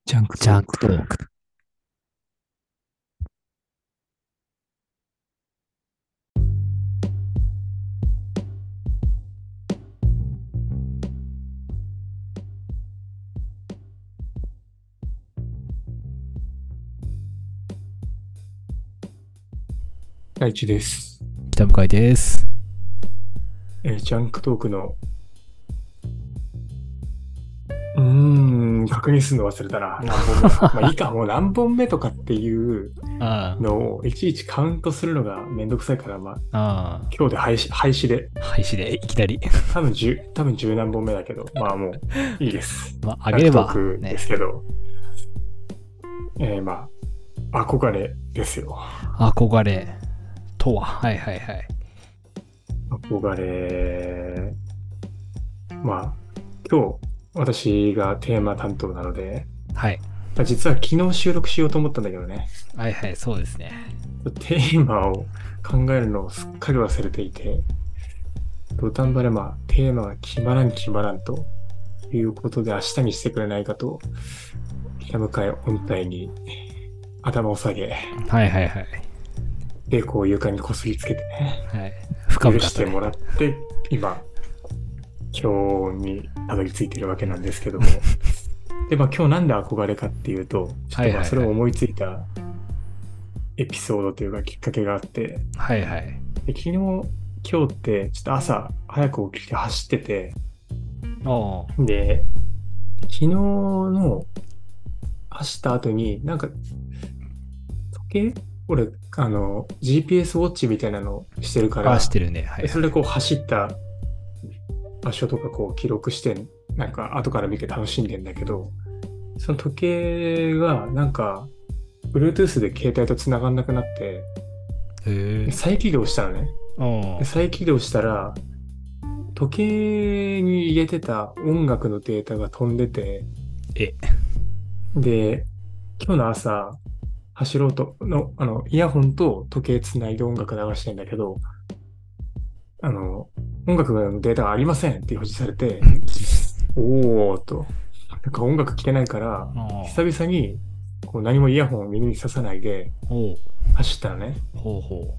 ジャンクジャントーク。 クトーク。 第一です。 北向井です。 ジャンクトークの、確認するの忘れたな。何本目だ。まあいいか、もう何本目とかっていうあのをいちいちカウントするのがめんどくさいから、まああ、あ今日で廃止で、 あ、廃止でいきなり。 多分10何本目だけど、まあもういいです。 まあ、あジャンクトーげれば、 クでね。 すけど、まあ憧れですよ。 憧れとは。はいはいはい。 憧れ、まあ今日私がテーマ担当なので、 はい。 実は昨日収録しようと思ったんだけどね。 はいはい、そうですね。 テーマを考えるのをすっかり忘れていて、土壇場でテーマが決まらんということで明日にしてくれないかと、北向かい音体に頭を下げ、 はいはいはい。 で、こう床にこすりつけてね、 はい。深許 々とね。 してもらって、今、今日にたどり着いてるわけなんですけども。で、今日なんで憧れかっていうと、ちょっとそれをはいはいはい。 思いついたエピソードというかきっかけがあって、 はいはい。 で今日って、ちょっと朝早く起きて走ってて、 おー。 で、昨日の走った後に、時計俺、GPS ウォッチみたいなのしてるかああ、しら、 てるね。はいはい。 それでこう走った場所とかこう記録して、後から見て楽しんでんだけど、その時計がBluetooth で携帯と繋がんなくなって、 へえ。 で再起動したのね。でおー。 再起動したら、時計に入れてた音楽のデータが飛んでて、 え。 で、今日の朝、走ろうとの、イヤホンと時計つないで音楽流してんだけど、あの、音楽のデータがありませんって表示されて、 んおーっと、音楽聴けないから、久おー。 々にこう何もイヤホンを耳にささないでおー。 走ったのね。 ほうほ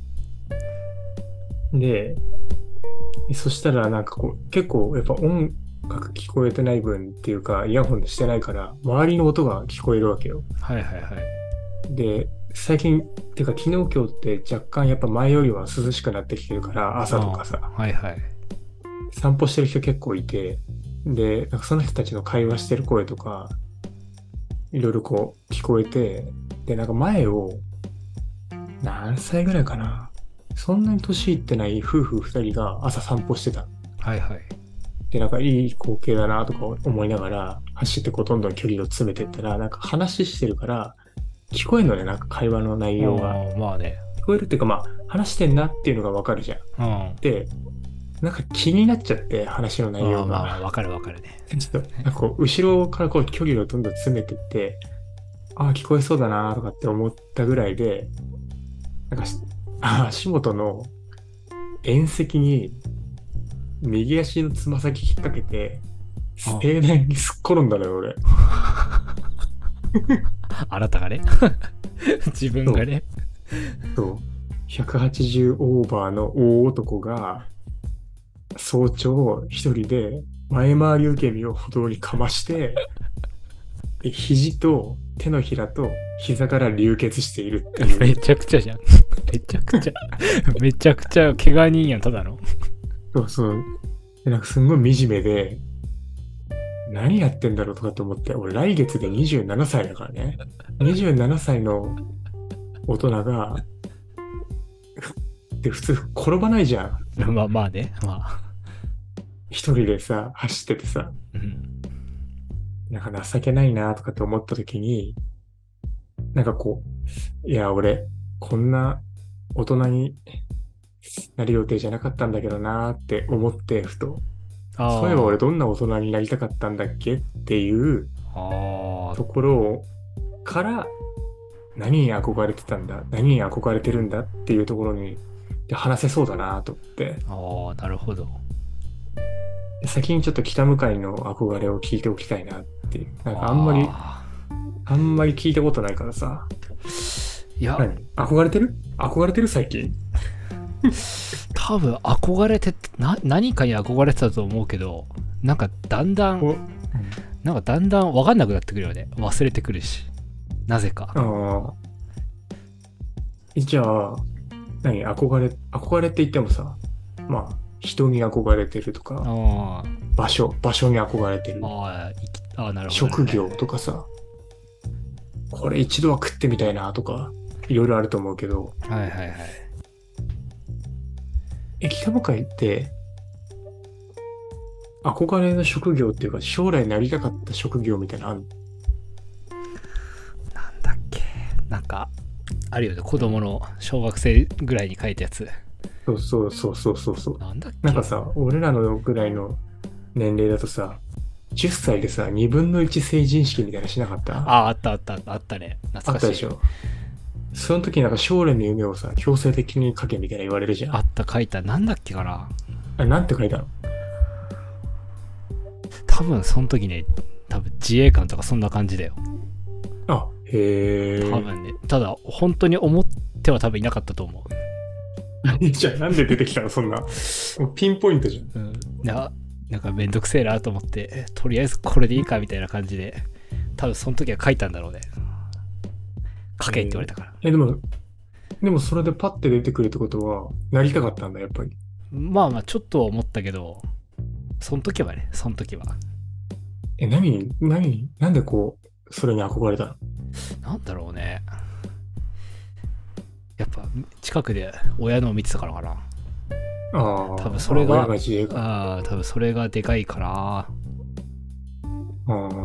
で、そしたら結構やっぱ音楽聞こえてない分っていうか、イヤホンでしてないから、周りの音が聞こえるわけよ。 う。はいはいはい。 で、最近、てか昨日今日って若干やっぱ前よりは涼しくなってきてるから、朝とかあさ、 あ、はいはい。 散歩してる人結構いて、で、その人たちの会話してる声とか、いろいろこう聞こえて、で、前を何歳ぐらいかな。そんなに年いってない夫婦二人が朝散歩してた。 はいはい。 で、いい光景だなとか思いながら走ってこうどんどん距離を詰めていったら、話してるから聞こえるのね、会話の内容が。 ああ、まあね。 聞こえるっていうか話してんなっていうのがわかるじゃん。 うん。 で、気になっちゃって話の内ああ、まあ、 容が。 わかるわかるね。 ちょっと、後ろからこう距離をどんどん詰めていって、ああ、聞こえそうだなとかって思ったぐらいで、なんかし、足元の縁石に右足のつま先引っ掛けて、 あ盛大にすっ転んだのよ、俺。 あなたがね。自分そう、 がね。 そう。180オーバーの大男が、早朝一人で前回り受け身を歩道にかまして、で肘と手のひらと膝から流血しているっていう。 めちゃくちゃじゃん。めちゃくちゃ。めちゃくちゃ怪我人やん、ただの。 そうそう。で、すんごい惨めで、何やってんだろうとかって思って、俺来月で27歳だからね。27歳の大人が、で、普通転ばないじゃん。 まあまあね。まあ。 一人でさ、走っててさ、 うん。 情けないなとかって思った時に、こいや、俺、こんな大人になる予定じゃなかったんだけどなって思って、ふと。そういえば俺あどんな大人になりたかったんだっけっていうあ。あところから何に憧れてたんだ、何に憧れてるんだっていうところにで話せそうだなと思って、 あ。ああ、なるほど。 で先にちょっと北向かいの憧れを聞いておきたいなっていう。あんまりああ。 あんまり聞いたことないからさ。 いや、 憧れてる最近。 多分憧れて、何かに憧れてたと思うけど、なんかだんだん、 お、 分かんなくなってくるよね。忘れてくるし。なぜか。 ああ。じゃあ、憧れって言ってもさ、まあ、人に憧れてるとか、 あ場所に憧れてる。 なるほど、ね。 職業とかさ、これ一度は食ってみたいなとか、いろいろあると思うけど、 はいはいはい。 北向かいって、憧れの職業っていうか、将来なりたかった職業みたいなのある？ なんだっけ。なんか、あるよね。子供の小学生ぐらいに書いたやつ。 そうそうそうそうそうそう。 なんだっけ。 なんかさ、俺らのぐらいの年齢だとさ、10歳でさ、2分の1成人式みたいなのしなかった？ あったね。懐かしい。 あったでしょ。その時なんか将来の夢をさ、強制的に書けみたいな言われるじゃん。 書いた。なんだっけかな。 あれなんて書いたの？ 多分その時ね、自衛官とかそんな感じだよ。 あ、へえ。 多分ね。ただ、本当に思っては多分いなかったと思う。 じゃあなんで出てきたのそんな。もうピンポイントじゃん。 うん。なんかめんどくせえなと思って、とりあえずこれでいいかみたいな感じで、多分その時は書いたんだろうね。書けって言われたから。 でもそれでパッて出てくるってことは、なりたかったんだ、やっぱり。 まあちょっとは思ったけど、その時は。 なんでこう、それに憧れたの？ なんだろうね。やっぱ近くで親のを見てたからかな。 ああ、 多分それが、 親が自衛官。 多分それがでかいかな。 ああ。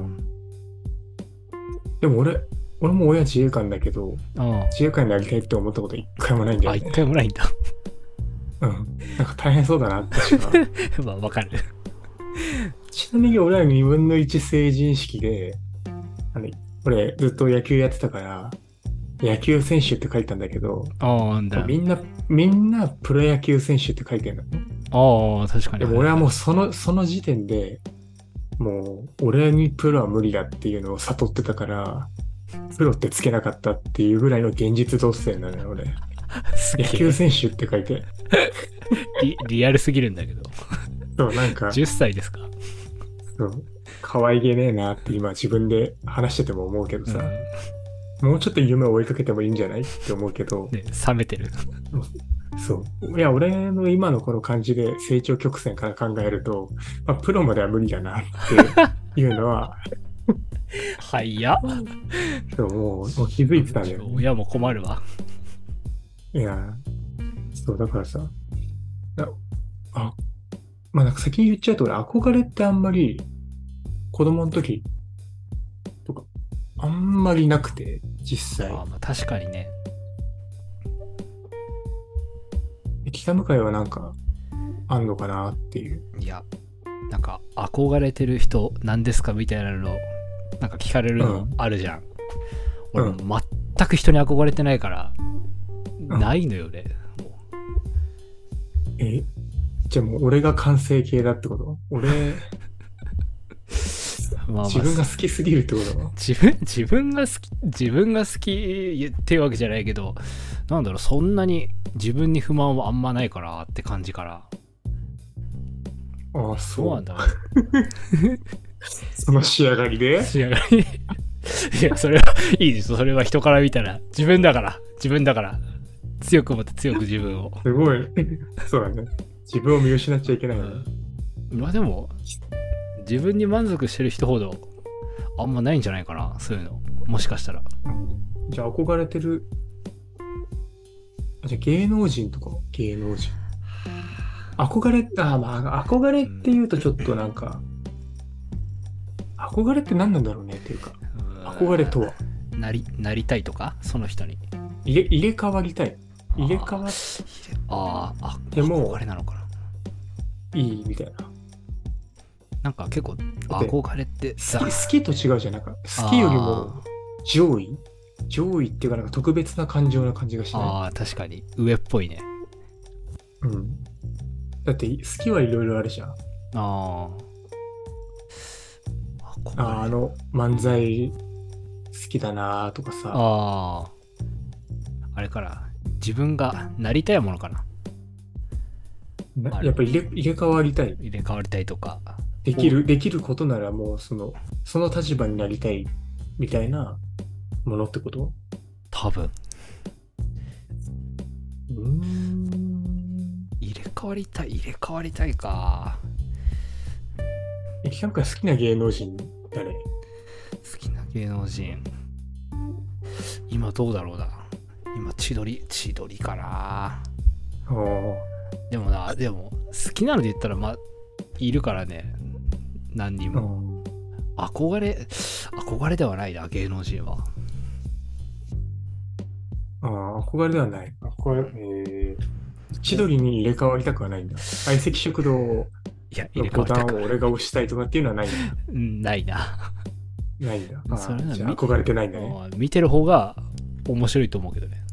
でも俺も親自衛官だけど、自衛官になりたいって思ったこと一回もないんだよね。 一回もないんだ。 うん。なんか大変そうだなってしか。 まあわかる。 ちなみに俺は2分の1成人式で、あの、俺ずっと野球やってたから、野球選手って書いたんだけど、 なんだ。 みんなプロ野球選手って書いてるの。 確かに。 でも俺はもうその時点で、もう俺にプロは無理だっていうのを悟ってたから、プロってつけなかったっていうぐらいの現実同性なのよ、俺。野球選手って書いて。 リアルすぎるんだけど。 そう、なんか、 10歳ですか？ そう、可愛げねえなって今自分で話してても思うけどさ、もうちょっと夢を追いかけてもいいんじゃないって思うけど、 ね、冷めてる。 そう。いや、俺の今のこの感じで成長曲線から考えると、まあ、プロまでは無理だなっていうのは、 はいや。 そう、もう気づいてたんだよね。 親も困るわ。 いや、そう、だからさ、まあなんか先に言っちゃうと俺憧れってあんまり子供の時とかあんまりなくて、実際。 まあ確かにね。 北向かいはなんかあんのかなっていう。 いや、なんか憧れてる人何ですかみたいなのなんか聞かれるのあるじゃん。俺も全く人に憧れてないから、ないのよね。 じゃあもう俺が完成形だってこと？自分が好きすぎるってこと？ 自分が好きっていうわけじゃないけど、なんだろう、そんなに自分に不満はあんまないからって感じから。 ああ、そうなんだろう。 その仕上がりで？ 仕上がりいや、それはいいです。それは人から見たら自分だから強く持って強く自分を。 すごい。そうだね。自分を見失っちゃいけない、ね。 まあでも自分に満足してる人ほどあんまないんじゃないかな、そういうの。もしかしたら。 じゃあ憧れてる。じゃあ芸能人とか？芸能人。憧れって言うとちょっとなんか、憧れって何なんだろうねっていうか、憧れとはなりたいとか、その人に入れ替わりたい。入れ替わっても憧れなのかな。いいみたいな。 なんか結構憧れって好きと違うじゃん。なんか好きよりも上位っていうかなんか特別な感情な感じがしない？ 確かに上っぽいね。 うん。だって好きはいろいろあるじゃん。漫才好きだなとかさ。 ああ、あれから、自分がなりたいものかな。 やっぱり入れ替わりたい。 入れ替わりたいとか。 できることならもうその立場になりたいみたいなものってこと？ 多分。 入れ替わりたいか。 なんか好きな芸能人誰？ 好きな芸能人。今どうだろうな。今、千鳥かな。でも、好きなので言ったら、まあ、いるからね。何人も。憧れではないな、芸能人は。 憧れではない。千鳥に入れ替わりたくはないんだ。相席食堂のボタンを俺が押したいとかっていうのはないんだ。 ないな。 ないんだ。 それじゃあ憧れてないんだね。 見てる方が面白いと思うけどね。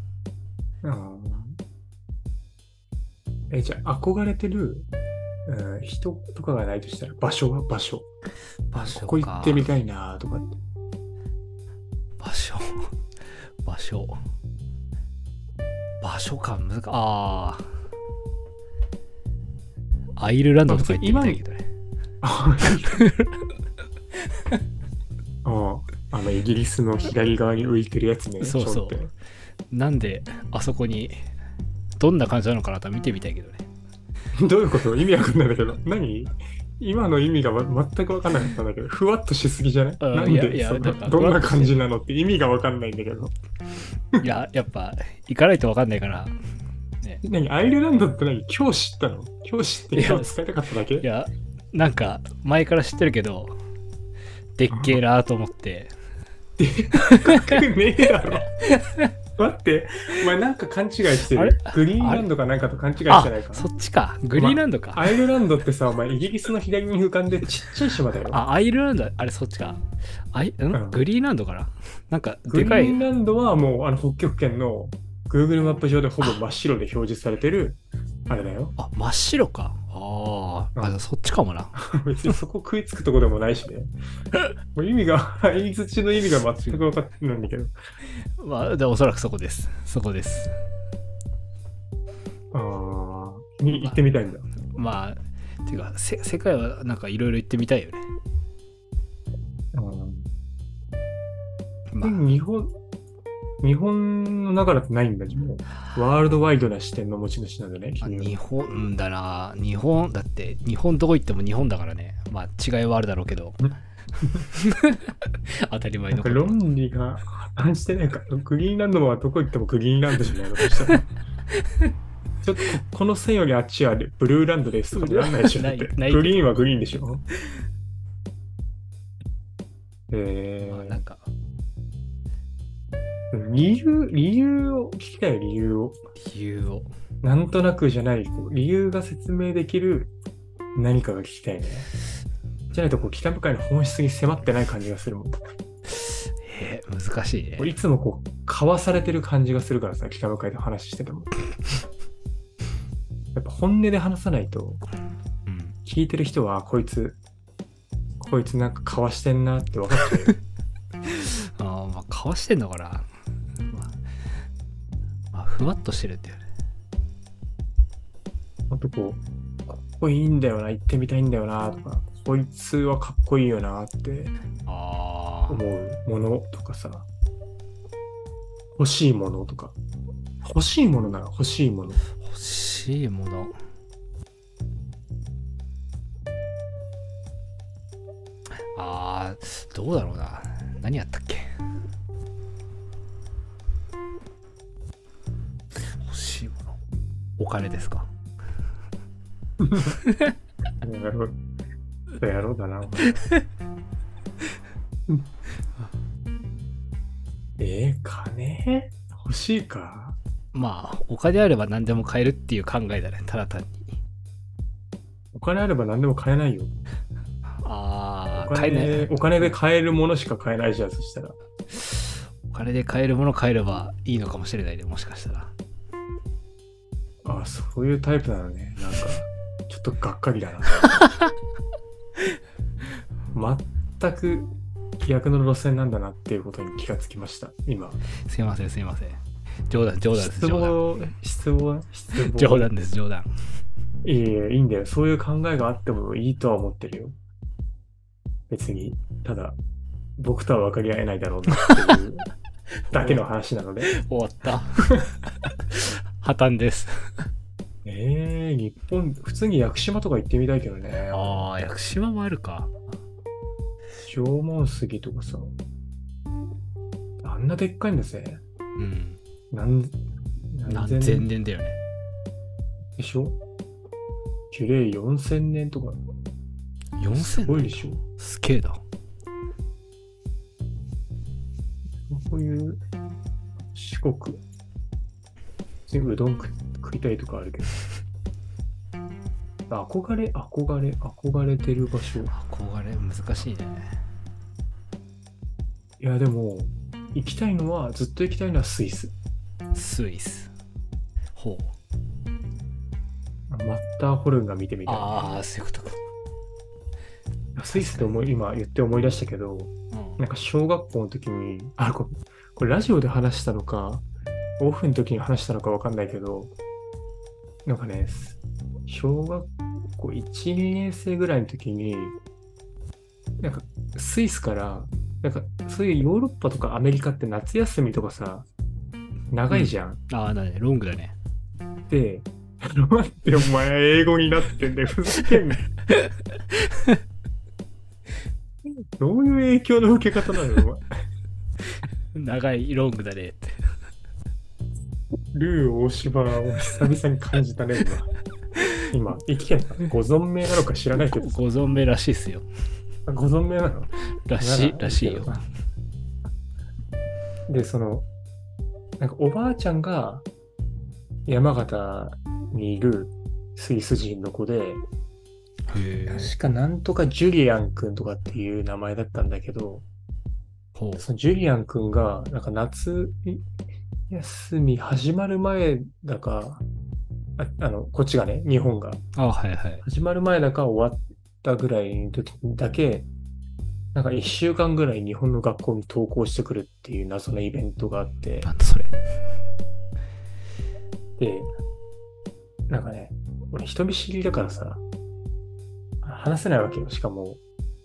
じゃあ憧れてる、人とかがないとしたら場所。ここ行ってみたいなとかって。 場所か、アイルランドとか行ってみたいけどね。 イギリスの左側に浮いてるやつね。 そう。なんで、あそこに、どんな感じなのかなと見てみたいけどね。 どういうこと？意味わかんないんだけど。何？今の意味が、全くわかんなかったんだけど、ふわっとしすぎじゃない？なんでどんな感じなのって意味がわかんないんだけど。 いや、やっぱ、行かないとわかんないから。 ね、アイルランドって今日知ったの？今日知って今日使いたかっただけ？ いや、なんか、前から知ってるけど、でっけえなと思って。 でっかくねえだろ。待って、お前なんか勘違いしてる。グリーンランドかなんかと勘違いしてないか？ そっちか。グリーンランドか。 アイルランドってさ、お前イギリスの左に浮かんでちっちゃい島だよ。 アイルランド、あれそっちか。グリーンランドかな？なんかでかい。 グリーンランドはもう北極圏の Google マップ上でほぼ真っ白で表示されてるあれだよ。 真っ白か。そっちかもな。 別にそこ食いつくとこでもないしね。もう相づちの意味が全く分かってないんだけど。 おそらくそこです。 に行ってみたいんだ。 ていうか、世界はなんかいろいろ行ってみたいよね。 日本の中だとないんだ、自分。ワールドワイドな視点の持ち主なんだね。 日本だな。だって日本どこ行っても日本だからね。違いはあるだろうけど。当たり前のこと。 論理が破綻してないか。グリーンランドはどこ行ってもグリーンランドじゃないのとしたら。ちょっとこの線よりあっちはブルーランドですとかなんないでしょ。グリーンはグリーンでしょ。 なんか理由を聞きたいよ。理由をなんとなくじゃない理由が説明できる何かが聞きたいね。じゃないと北向かいの本質に迫ってない感じがするもん。 難しいね。 いつもかわされてる感じがするからさ、北向かいで話しててもやっぱ本音で話さないと、聞いてる人はこいつなんかかわしてんなって分かっちゃう。 かわしてんのかな。ふわっとしてるっていうね。 あとかっこいいんだよな、行ってみたいんだよなとか、こいつはかっこいいよなって思うものとかさ、欲しいものとか。欲しいものなら欲しいもの。 どうだろうな。何やったっけ。欲しいもの。お金ですか。 やろうだな。金欲しいか。 お金あれば何でも買えるっていう考えだね、ただ単に。 お金あれば何でも買えないよ。 買えない。 お金で買えるものしか買えないじゃん、そしたら。 お金で買えるもの買えればいいのかもしれないね、もしかしたら。 そういうタイプなのね。なんか、ちょっとがっかりだな。全く逆の路線なんだなっていうことに気がつきました、今。 すいません。冗談です、冗談。 失望。 冗談です、冗談。 いえいえ、いいんだよ。そういう考えがあってもいいとは思ってるよ。別に。ただ、僕とは分かり合えないだろうなっていうだけの話なので。 終わった。破綻です。 日本、普通に屋久島とか行ってみたいけどね。 ああ、屋久島もあるか。 縄文杉とかさ。あんなでっかいんだぜ。 うん。 何千年だよね。 でしょ？樹齢4000年とか。 4000 すごいでしょ？ すげえだ。 こういう四国、うどん食いたいとかあるけど。憧れてる場所。 憧れ難しいね。 いや、でも、ずっと行きたいのはスイス。 ほう。 マッターホルンが見てみたい。 ああ、そういうことか。 スイスって今言って思い出したけど、なんか小学校の時に、これラジオで話したのか、オフの時に話したのかわかんないけど、なんかね、小学校1、2年生ぐらいの時に、なんかスイスから、なんかそういうヨーロッパとかアメリカって夏休みとかさ、長いじゃん。 ロングだね。 で、待ってお前英語になってんだよ、ふざけんな。どういう影響の受け方なのお前。 長いロングだねって。 ルー大柴を久々に感じたね、今。生きてんのご存命なのか知らないけど。 ご存命らしいっすよ。 ご存命なのらしいよ。 で、なんかおばあちゃんが山形にいるスイス人の子で、確かなんとかジュリアン君とかっていう名前だったんだけど、そのジュリアン君がなんか夏休み始まる前だか、こっちがね、日本が始まる前だか終わったぐらいの時だけ、なんか1週間ぐらい日本の学校に登校してくるっていう謎のイベントがあって。 なんだそれ。 で、なんかね、俺人見知りだからさ、話せないわけよ。しかも、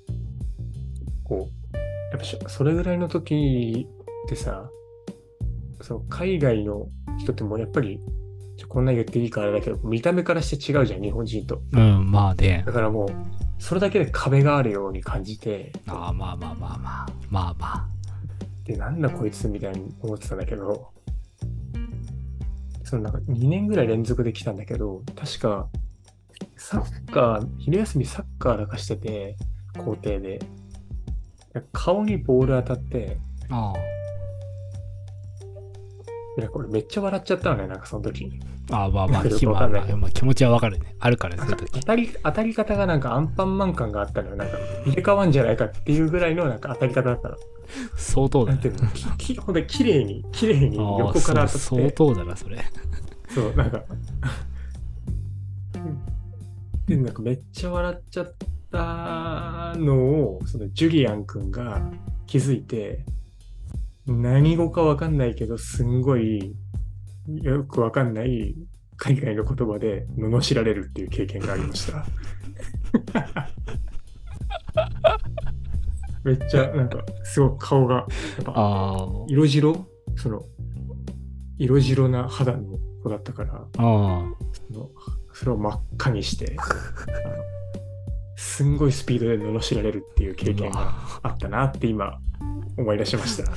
やっぱそれぐらいの時ってさ、海外の人ってもうやっぱり、こんな言っていいからあれだけど、見た目からして違うじゃん、日本人と。 まあね。 だからもう、それだけで壁があるように感じて。 まあ。 で、なんだこいつみたいに思ってたんだけど、なんか2年ぐらい連続で来たんだけど、確か、昼休みサッカーだかしてて、校庭で。顔にボール当たって、これめっちゃ笑っちゃったのね、なんかその時。 気持ちはわかるね。あるからね、そういう時。 当たり方がなんかアンパンマン感があったのよ。なんか入れ替わんじゃないかっていうぐらいのなんか当たり方だったの。 相当だね。 ほんと綺麗に横から当たって。 相当だな、それ。 そう、なんか。で、なんかめっちゃ笑っちゃったのを、そのジュリアン君が気づいて、何語かわかんないけど、すんごいよくわかんない海外の言葉で罵られるっていう経験がありました。めっちゃなんかすごく顔がやっぱ色白な肌の子だったから、それを真っ赤にしてすんごいスピードで罵られるっていう経験があったなって今思い出しました。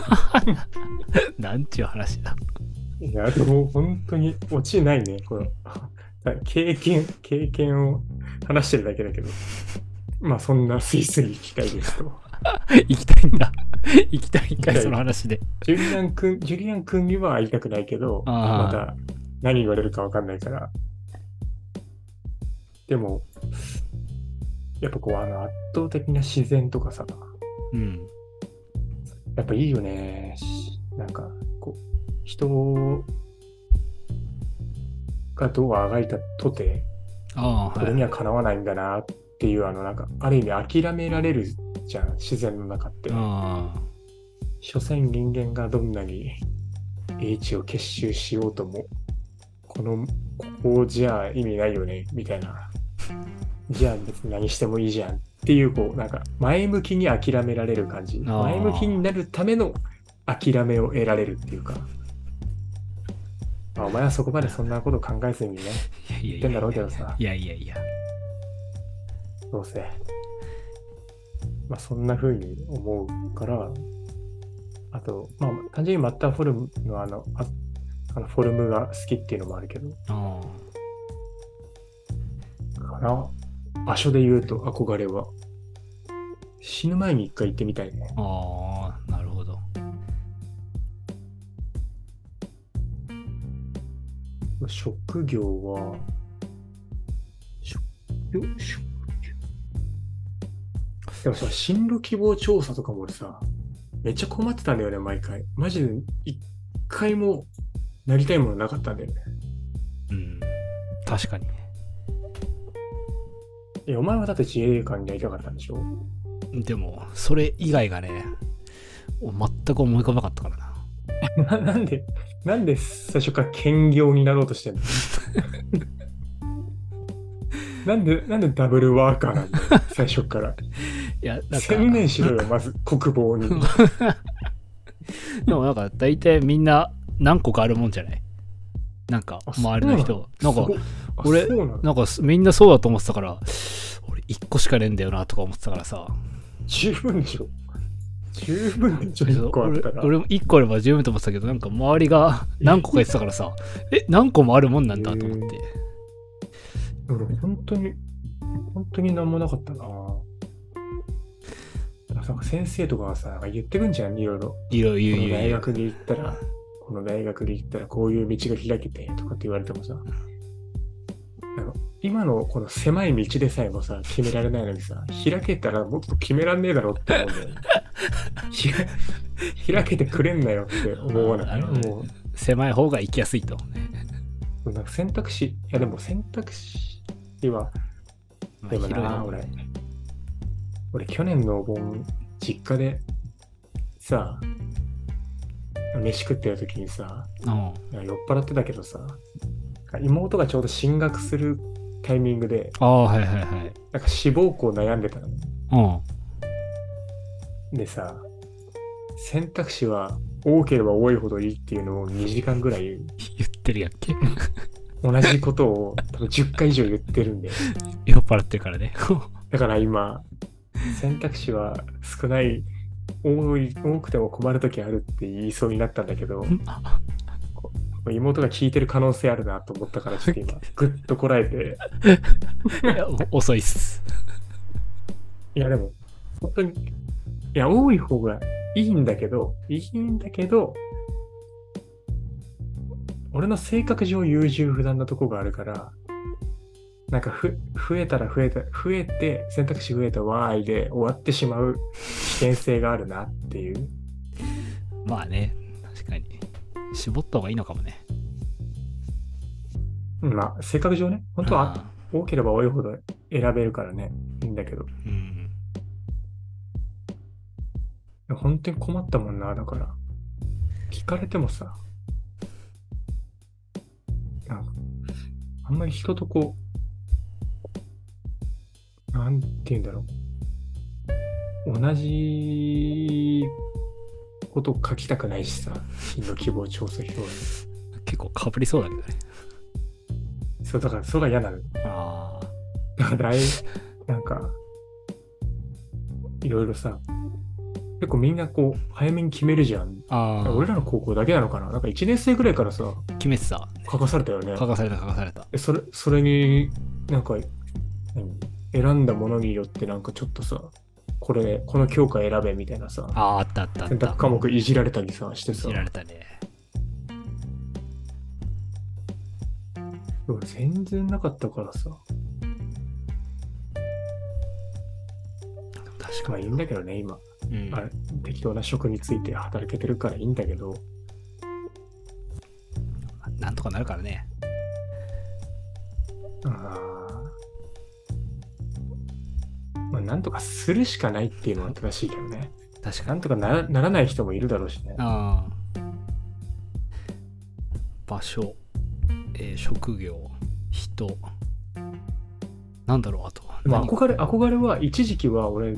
なんちゅう話だ。 いや、でも本当に落ちないね。この経験を話してるだけだけど、まあそんなスイスに行きたいですと。 行きたいんだ。行きたいんかい、その話で。 ジュリアン君には会いたくないけど、また何言われるか分かんないから。でも、やっぱ圧倒的な自然とかさ、やっぱいいよね。なんか人がどうあがいたとて、これにはかなわないんだなっていうなんかある意味諦められるじゃん、自然の中って。 ああ。 所詮人間がどんなに英知を結集しようとも、ここじゃあ意味ないよね、みたいな。じゃあ別に何してもいいじゃんっていう、こう、なんか前向きに諦められる感じ。前向きになるための諦めを得られるっていうか。まあ、お前はそこまでそんなこと考えずにね、言ってんだろうけどさ。 いやいやいや。 どうせ。まあそんな風に思うから、あと、まあ単純にマッターフォルムのフォルムが好きっていうのもあるけど、かな。場所で言うと憧れは、死ぬ前に一回行ってみたいね。 ああ、なるほど。 職業は、でもさ、進路希望調査とかも俺さ、めっちゃ困ってたんだよね、毎回。マジで一回もなりたいものなかったんだよね。 うん、確かにね。 お前はだって自衛官になりたかったんでしょ？ でも、それ以外がね、全く思い浮かばなかったからな。なんで最初から兼業になろうとしてんの？なんでダブルワーカーなんだよ、最初から。 いや、なんか専念しろよ、まず国防に。 でもなんか大体みんな何個かあるもんじゃない？なんか周りの人。なんか俺、なんかみんなそうだと思ってたから、俺1個しかねえんだよなとか思ってたからさ。 十分でしょ。十分でしょ、1個あったら。 俺も1個あれば十分と思ってたけど、なんか周りが何個か言ってたからさ、何個もあるもんなんだと思って。 俺本当になんもなかったな。なんか先生とかはさ、なんか言ってくんじゃん、いろいろ。この大学に行ったらこういう道が開けてとかって言われてもさ、今のこの狭い道でさえもさ、決められないのにさ、開けたらもっと決めらんねえだろって思うんだよね。開けてくれんなよって思わない。もう狭い方が行きやすいと。 なんか選択肢は、でもな、俺去年のお盆、実家でさ、飯食ってる時にさ、酔っ払ってたけどさ、妹がちょうど進学するタイミングで、なんか志望校悩んでたの。でさ、選択肢は多ければ多いほどいいっていうのを2時間ぐらい言ってるやっけ。 同じことを多分10回以上言ってるんで。 酔っ払ってるからね。 だから今、選択肢は少ない、多くても困るときあるって言いそうになったんだけど、妹が聞いてる可能性あるなと思ったから、ちょっと今、ぐっとこらえて。 いや、遅いっす。 いや、でも、本当に、いや、多い方がいいんだけど、俺の性格上優柔不断なとこがあるから、なんか増えて選択肢増えたわーいで終わってしまう危険性があるなっていう。 まあね、確かに。絞った方がいいのかもね。 まあ、性格上ね、本当は多ければ多いほど選べるからね、いいんだけど。本当に困ったもんな、だから。聞かれてもさ、あんまり人とこう、なんて言うんだろう。同じこと書きたくないしさ、進路希望調査表に。 結構かぶりそうだけどね。 そう、だからそれが嫌なの。だからなんか、いろいろさ、結構みんなこう、早めに決めるじゃん。俺らの高校だけなのかな。なんか1年生ぐらいからさ、 決めてた。 書かされたよね。 書かされた。 それに、なんか、選んだものによってなんかちょっとさ、この教科選べみたいなさ、 あった。 選択科目いじられたりさ、してさ。 いじられたね。 全然なかったからさ。 確かに。 まあいいんだけどね、今。適当な職について働けてるからいいんだけど。 なんとかなるからね。 まあ、 なんとかするしかないっていうのは正しいけどね。 確かに。 なんとかならない人もいるだろうしね。 ああ。場所、職業、人。なんだろう、あと。 でも憧れは一時期は俺、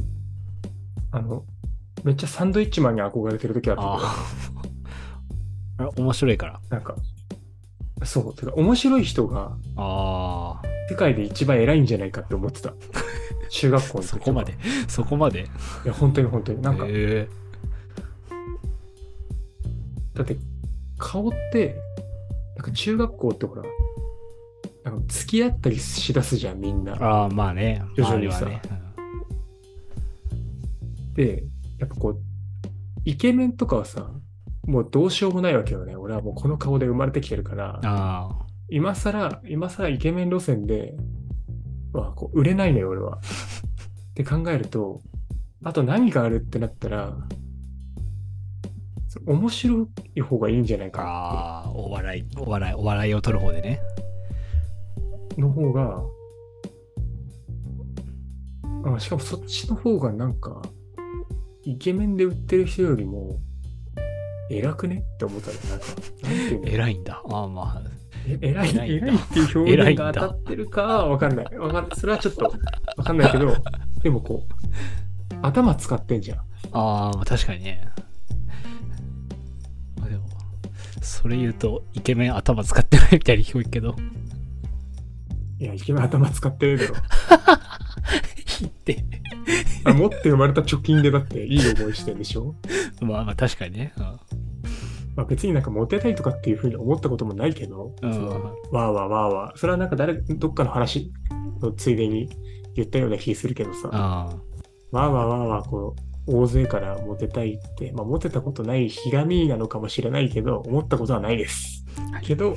めっちゃサンドイッチマンに憧れてる時あったけど、 あれ面白いから。 なんか、そう、てか面白い人が世界で一番偉いんじゃないかって思ってた。中学校の時そこまで。そこまで。 いや、本当に本当に。なんか、だって顔って、なんか中学校ってほら、なんか付き合ったりしだすじゃん、みんな。 ああ、まあね。 徐々にさ。 ね、 で、やっぱこう、イケメンとかはさ、もうどうしようもないわけよね。俺はもうこの顔で生まれてきてるから、今更イケメン路線ではこう売れないのよ、俺は。って考えると、あと何があるってなったら、面白い方がいいんじゃないかなって。お笑いを取る方でね。 の方が、しかもそっちの方がなんか、イケメンで売ってる人よりも、偉くねって思ったら、なんか、なんていうの？ 偉いんだ。まあ。 偉いっていう表現が当たってるかはわかんない。それはちょっとわかんないけど、でもこう、頭使ってんじゃん。 確かにね。でも、それ言うと、イケメン頭使ってないみたいに聞こえるけど。 いや、イケメン頭使ってるだろ。 いいって。 持って生まれた貯金でだっていい思いしてんでしょ？ まあ確かにね。 別になんかモテたいとかっていうふうに思ったこともないけど、わーわー。それはなんかどっかの話のついでに言ったような気するけどさ、わーわーこう、大勢からモテたいって、モテたことないひがみなのかもしれないけど、思ったことはないです。けど、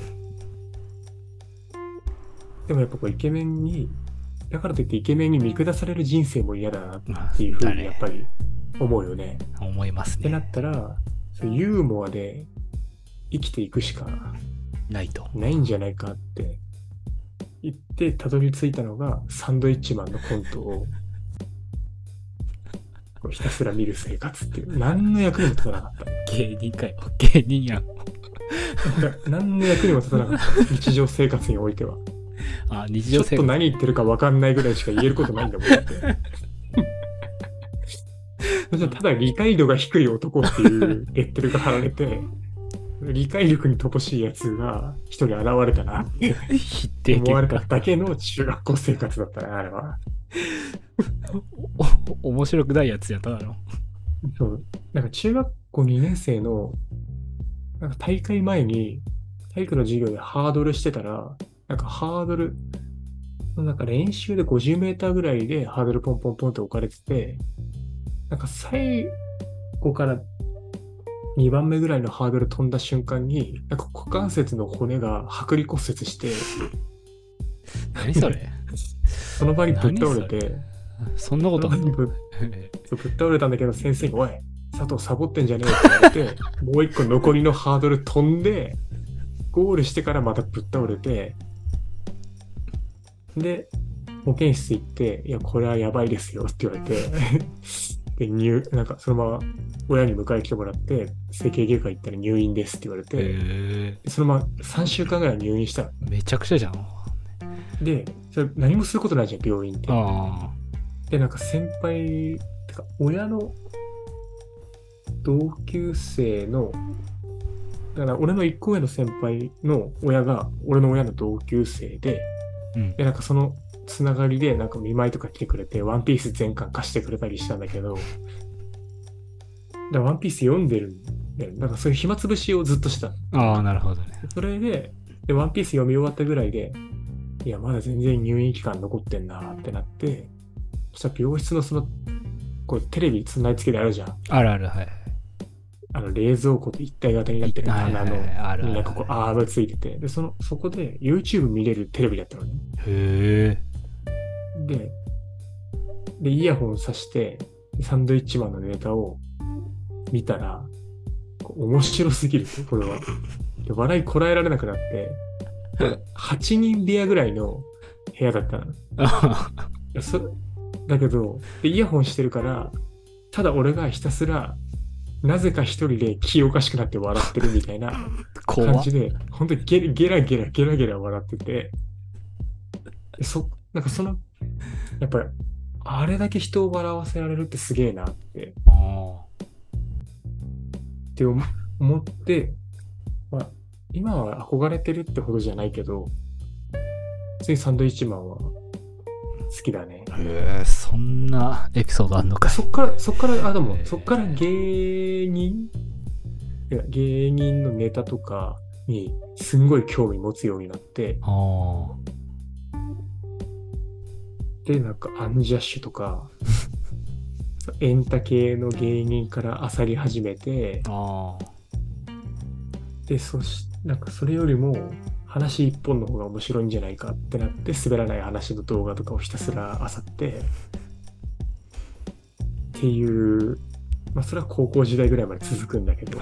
でもやっぱこうイケメンに、だからといってイケメンに見下される人生も嫌だなっていうふうにやっぱり思うよね。 思いますね。 ってなったら、ユーモアで生きていくしかないんじゃないかって言ってたどり着いたのがサンドイッチマンのコントをこうひたすら見る生活っていう、何の役にも立たなかった。 芸人かよ。芸人やん。 何の役にも立たなかった。日常生活においては。 日常生活。 ちょっと何言ってるか分かんないぐらいしか言えることないんだもんって。ただ理解度が低い男っていうレッテルが貼られて、理解力に乏しいやつが一人現れたなって思われただけの中学校生活だったね、あれは。 面白くないやつやっただろ。 そう。なんか中学校2年生のなんか大会前に体育の授業でハードルしてたら、なんかハードル、なんか練習で50メーターぐらいでハードルポンポンポンって置かれてて、なんか最後から2番目ぐらいのハードル飛んだ瞬間に、なんか股関節の骨が剥離骨折して、 何それその場にぶっ倒れて、 そんなことぶっ倒れたんだけど、先生に、おい、佐藤サボってんじゃねえって言われて、もう一個残りのハードル飛んで、ゴールしてからまたぶっ倒れて、で、保健室行って、いや、これはやばいですよって言われて、で、なんかそのまま親に迎え来てもらって、整形外科行ったら入院ですって言われて、そのまま3週間ぐらい入院した。 めちゃくちゃじゃん。 で、それ何もすることないじゃん、病院って。で、なんか先輩、てか親の同級生の、だから俺の1個上の先輩の親が俺の親の同級生で、で、なんかそのつながりでなんか見舞いとか来てくれて、ワンピース全巻貸してくれたりしたんだけど、だからワンピース読んでるんだよ。なんかそういう暇つぶしをずっとした。 なるほどね。 それで、ワンピース読み終わったぐらいで、いや、まだ全然入院期間残ってんなってなって、そしたら病室のこうテレビつない付けであるじゃん。 あるある、はい。 冷蔵庫と一体型になってる棚の、 みんなここアームついてて、で、そこで YouTube 見れるテレビだったのね。 へー。で、イヤホンさして、サンドイッチマンのネタを見たら、面白すぎる、これは。で、笑いこらえられなくなって、8人部屋ぐらいの部屋だったの。 だけど、でイヤホンしてるから、ただ俺がひたすら、なぜか一人で気おかしくなって笑ってるみたいな感じで、本当にゲラゲラ笑ってて、なんかやっぱり、あれだけ人を笑わせられるってすげえなって思って、まあ、今は憧れてるってほどじゃないけど、ついサンドイッチマンは好きだね。 へえ、そんなエピソードあんのかい。 そっから芸人のネタとかにすんごい興味持つようになって、で、なんかアンジャッシュとか、エンタ系の芸人から漁り始めて、で、なんかそれよりも話一本の方が面白いんじゃないかってなって、滑らない話の動画とかをひたすら漁って、っていう、まあそれは高校時代ぐらいまで続くんだけど、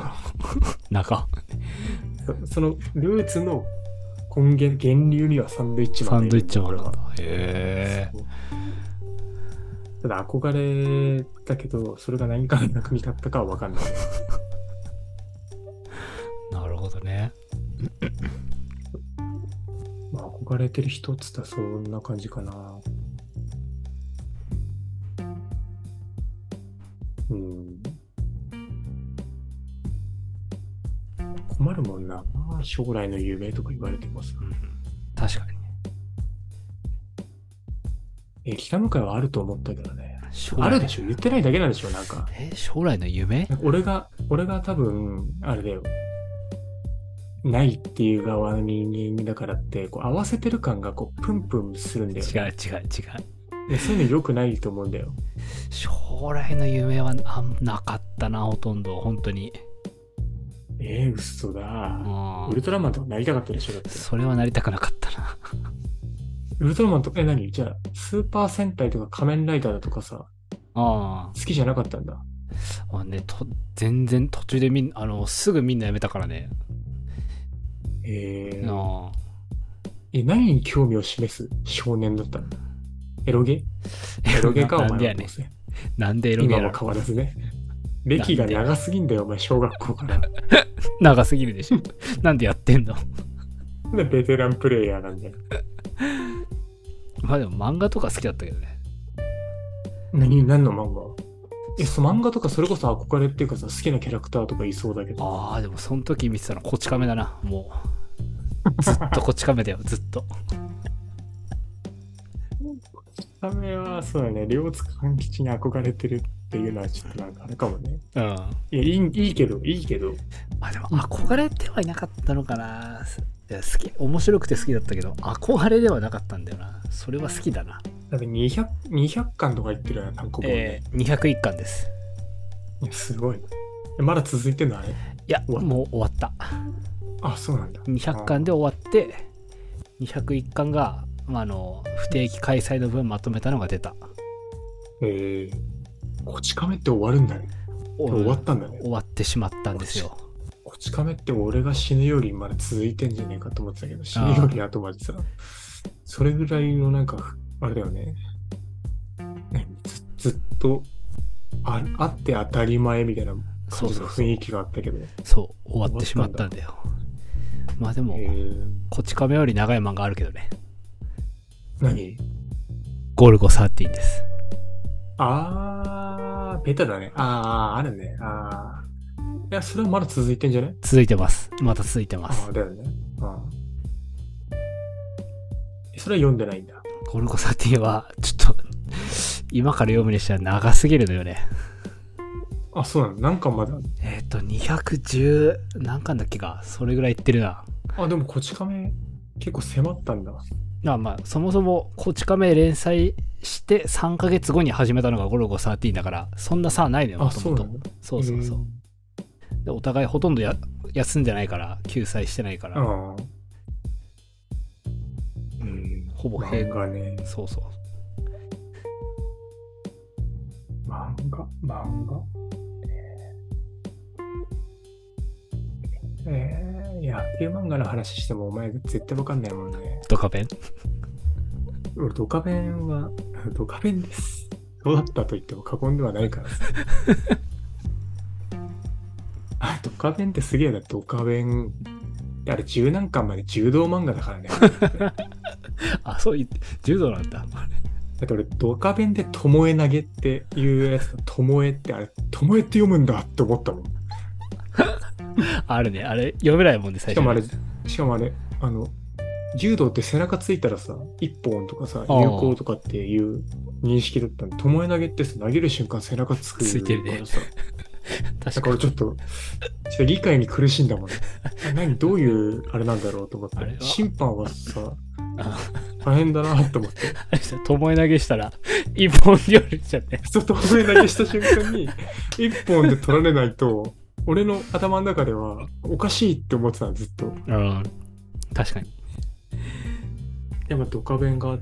そのルーツの源流にはサンドイッチマンなんだ。 ただ憧れだけど、それが何かの役に立ったかは分かんない。 なるほどね。 まあ憧れてる人っつったらそんな感じかな。困るもんな。将来の夢とか言われてもさ。 確かに。北向かいはあると思ったけどね。あるでしょ、言ってないだけなんでしょ、なんか。 将来の夢？ 俺が多分、あれだよ。ないっていう側の人間だからって、こう合わせてる感がこうプンプンするんだよ、ね。 違う。 そういうの良くないと思うんだよ。 将来の夢はなかったな、ほとんど、本当に。 嘘だ。ウルトラマンとかなりたかったでしょ、だって。 それはなりたくなかったな。 ウルトラマンとか、何じゃあ、スーパー戦隊とか仮面ライダーだとかさ、好きじゃなかったんだ。 全然途中ですぐみんなやめたからね。 何に興味を示す少年だったの？エロゲか、お前は。 なんでエロゲ今も変わらずね。歴が長すぎんだよ、お前、小学校から。 長すぎるでしょ。なんでやってんの？ でベテランプレイヤーなんだよ。 まあでも漫画とか好きだったけどね。 何の漫画？漫画とかそれこそ憧れっていうかさ、好きなキャラクターとかいそうだけど。 でもその時見てたのこち亀だな、もう。ずっとこち亀だよ、ずっと。こち亀は、そうだね、両津勘吉に憧れてるっていうのはちょっとなんかあれかもね。いや、いいけど。 まあでも憧れてはいなかったのかな。面白くて好きだったけど、憧れではなかったんだよな。それは好きだな。 だって200巻とか言ってるような単行本ね。 201巻です。 いや、すごい。まだ続いてんのあれ？いや、もう終わった。 あ、そうなんだ。 200巻で終わって、201巻が、不定期開催の分まとめたのが出た。 こち亀って終わるんだね。終わったんだね。 終わってしまったんですよ。 こち亀って俺が死ぬよりまで続いてんじゃねえかと思ってたけど、死ぬより後までさ、それぐらいのなんか、あれだよね。ずっとあって当たり前みたいな感じの雰囲気があったけど。 そう、終わってしまったんだよ。まあでも、こち亀より長い漫画あるけどね。 何？ ゴルゴ13です。 ベタだね。あるね。いや、それはまだ続いてんじゃね？ 続いてます。また続いてます。 だよね。それは読んでないんだ。 ゴルゴ13は、ちょっと、今から読むにしては長すぎるのよね。 そうなの？何巻まだ ？210何巻だっけか。それぐらい言ってるな。 でもこち亀結構迫ったんだ。 まあ、そもそもこち亀連載して3ヶ月後に始めたのがゴルゴ13だから、そんな差はないのよ、もともと。そう。でお互いほとんど休んでないから、救済してないから。ほぼ漫画ね。 そう。 漫画野球漫画の話してもお前絶対わかんないもんね。 ドカベン？ 俺ドカベンです。 そうだったと言っても過言ではないからさ。あ、ドカベンってすげえな、ドカベン。あれ、十何巻まで柔道漫画だからね。 あ、そう、柔道なんだ。 だって俺、ドカベンで巴投げっていうやつ、巴ってあれ、巴って読むんだって思ったもん。 あるね。あれ、読めないもんね、最初に。 しかもあれ、柔道って背中ついたらさ、一本とかさ、 ああ有効とかっていう認識だったんで、巴投げってさ、投げる瞬間背中つくついてるねからさ、だ確かに。 からちょっと理解に苦しんだもんね。どういうあれなんだろうと思って。 あれは審判はさ、 あ大変だなと思って。 あれさ、巴投げしたら、一本料理しちゃって。 外上投げした瞬間に、一本で取られないと、俺の頭の中ではおかしいって思ってたの、ずっと。 うん。確かに。 でもドカベンがあって、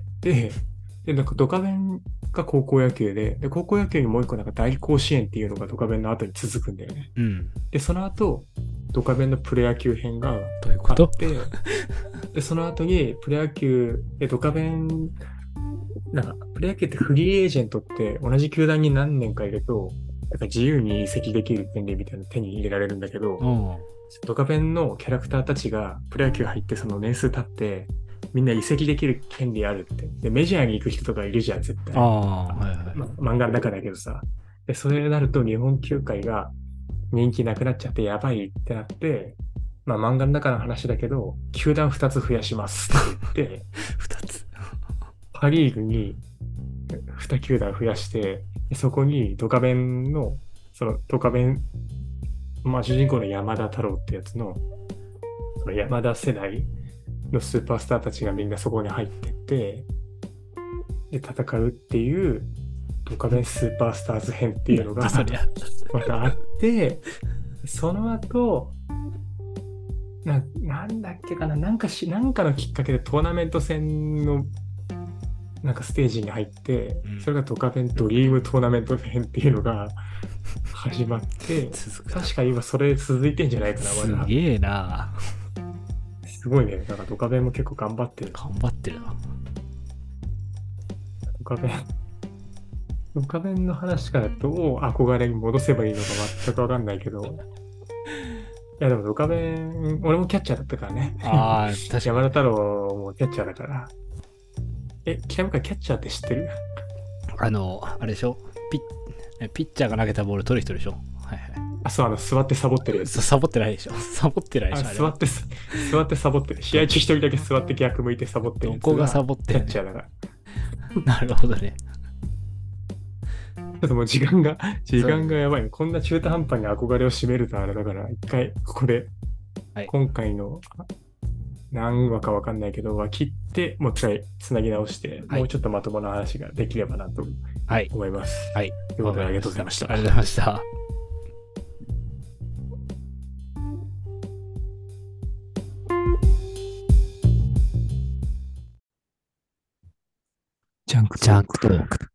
で、なんかドカベンが高校野球で、高校野球にもう一個なんか大甲子園っていうのがドカベンの後に続くんだよね。 うん。 で、その後、ドカベンのプロ野球編がどういうことあって、で、その後にプロ野球、ドカベン、なんか、プロ野球ってフリーエージェントって同じ球団に何年かいると、なんか自由に移籍できる権利みたいなの手に入れられるんだけど、 うん。 ドカベンのキャラクターたちがプロ野球入ってその年数経って、みんな移籍できる権利あるって。で、メジャーに行く人とかいるじゃん、絶対。 ああ、はいはい。 漫画の中だけどさ。で、それになると日本球界が人気なくなっちゃってやばいってなって、漫画の中の話だけど、球団2つ増やしますって言って、 2つ。 パリーグに2球団増やして、でそこにドカベンの、そのドカベン、主人公の山田太郎ってやつの、その山田世代のスーパースターたちがみんなそこに入ってって、で、戦うっていう、ドカベンスーパースターズ編っていうのが、またあって、その後、なんだっけかな、なんかのきっかけでトーナメント戦のなんかステージに入って、それがドカベンドリームトーナメント編っていうのが始まって、確か今それ続いてんじゃないかな、まだ。 すげえな。 すごいね。なんかドカベンも結構頑張ってる。 頑張ってるな。 ドカベンの話からどう憧れに戻せばいいのか全くわかんないけど。いやでもドカベン、俺もキャッチャーだったからね。 ああ、確かに。 山田太郎もキャッチャーだから。北向キャッチャーって知ってる？ あれでしょピッチャーが投げたボール取る人でしょ。はいはい。 あ、そう、座ってサボってるやつ。 サボってないでしょ。サボってないでしょ。 座ってサボってる。試合中一人だけ座って逆向いてサボってるやつ。 どこがサボってる、 キャッチャーだから。 なるほどね。 ちょっともう時間がやばい。こんな中途半端に憧れを占めるとあれだから、一回ここで、今回の何話かわかんないけど、切って、もう一回つなぎ直して、もうちょっとまともな話ができればなと思います。 はい。 ということでありがとうございました。 ありがとうございました。 ジャンクトーク。